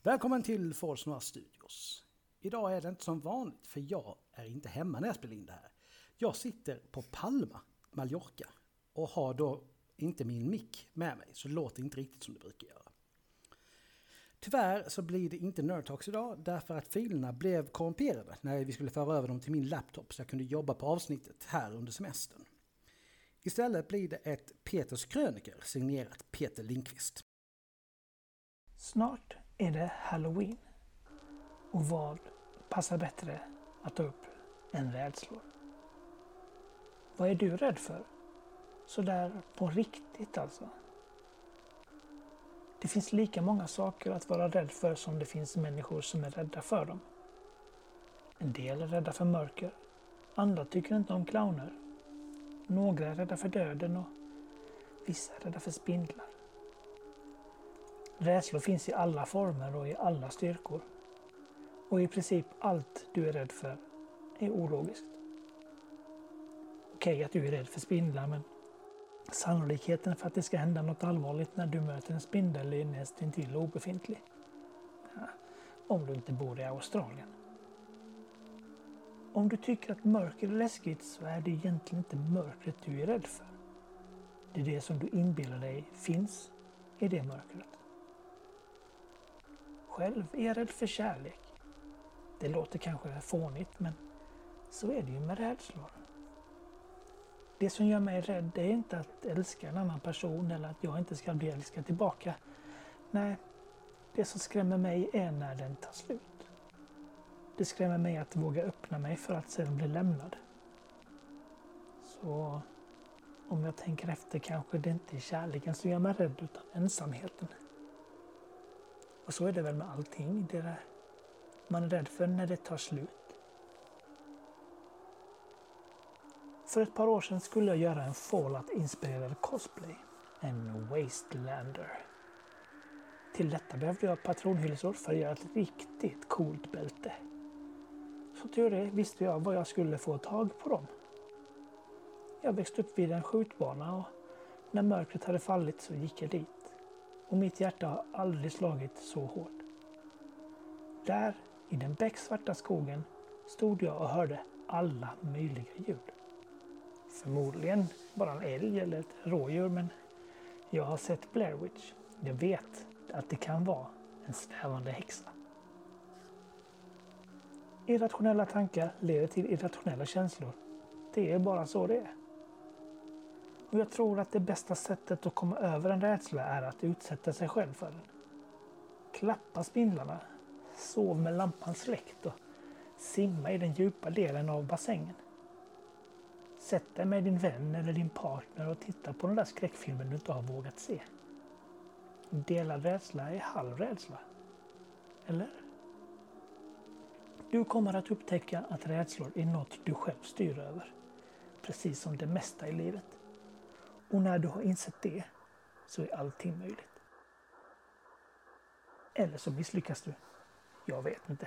Välkommen till Force Noir Studios. Idag är det inte som vanligt för jag är inte hemma när jag spelar in det här. Jag sitter på Palma, Mallorca och har då inte min mick med mig så det låter inte riktigt som det brukar göra. Tyvärr så blir det inte Nerd Talks idag därför att filerna blev korrumperade när vi skulle föra över dem till min laptop så jag kunde jobba på avsnittet här under semestern. Istället blir det ett Peters kröniker signerat Peter Lindqvist. Snart är det Halloween. Och vad passar bättre att ta upp än rädslor? Vad är du rädd för? Så där på riktigt alltså. Det finns lika många saker att vara rädd för som det finns människor som är rädda för dem. En del är rädda för mörker. Andra tycker inte om clowner. Några är rädda för döden och vissa är rädda för spindlar. Rädslor finns i alla former och i alla styrkor. Och i princip allt du är rädd för är ologiskt. Okej att du är rädd för spindlar, men sannolikheten för att det ska hända något allvarligt när du möter en spindel är nästintill obefintlig. Ja, om du inte bor i Australien. Om du tycker att mörker är läskigt så är det egentligen inte mörkret du är rädd för. Det är det som du inbillar dig finns i det mörkret. Själv är jag rädd för kärlek. Det låter kanske fånigt, men så är det ju med rädslor. Det som gör mig rädd är inte att älska en annan person eller att jag inte ska bli älskad tillbaka. Nej, det som skrämmer mig är när den tar slut. Det skrämmer mig att våga öppna mig för att sedan bli lämnad. Så om jag tänker efter kanske det inte är kärleken som gör mig rädd utan ensamheten. Och så är det väl med allting, det där man är rädd för när det tar slut. För ett par år sedan skulle jag göra en Fallout-inspirerad cosplay, en Wastelander. Till detta behövde jag patronhylsor för att göra ett riktigt coolt bälte. Så tur det visste jag var jag skulle få tag på dem. Jag växte upp vid en skjutbana och när mörkret hade fallit så gick jag dit. Och mitt hjärta har aldrig slagit så hårt. Där, i den becksvarta skogen, stod jag och hörde alla möjliga ljud. Förmodligen bara en älg eller ett rådjur, men jag har sett Blair Witch. Jag vet att det kan vara en svävande häxa. Irrationella tankar leder till irrationella känslor. Det är bara så det är. Och jag tror att det bästa sättet att komma över en rädsla är att utsätta sig själv för den. Klappa spindlarna, sov med lampan släckt och simma i den djupa delen av bassängen. Sätt dig med din vän eller din partner och titta på den där skräckfilmen du inte har vågat se. Delad rädsla är halv rädsla. Eller? Du kommer att upptäcka att rädslor är något du själv styr över. Precis som det mesta i livet. Och när du har insett det så är allting möjligt. Eller så misslyckas du. Jag vet inte.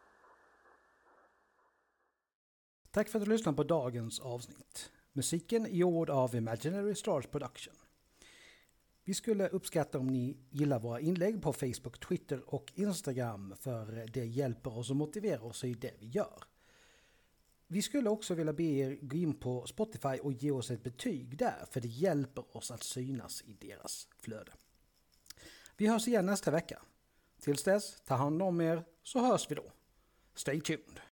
Tack för att du lyssnade på dagens avsnitt. Musiken är gjord av Imaginary Stars Production. Vi skulle uppskatta om ni gillar våra inlägg på Facebook, Twitter och Instagram för det hjälper oss och motiverar oss i det vi gör. Vi skulle också vilja be er gå in på Spotify och ge oss ett betyg där för det hjälper oss att synas i deras flöde. Vi hörs igen nästa vecka. Tills dess, ta hand om er så hörs vi då. Stay tuned!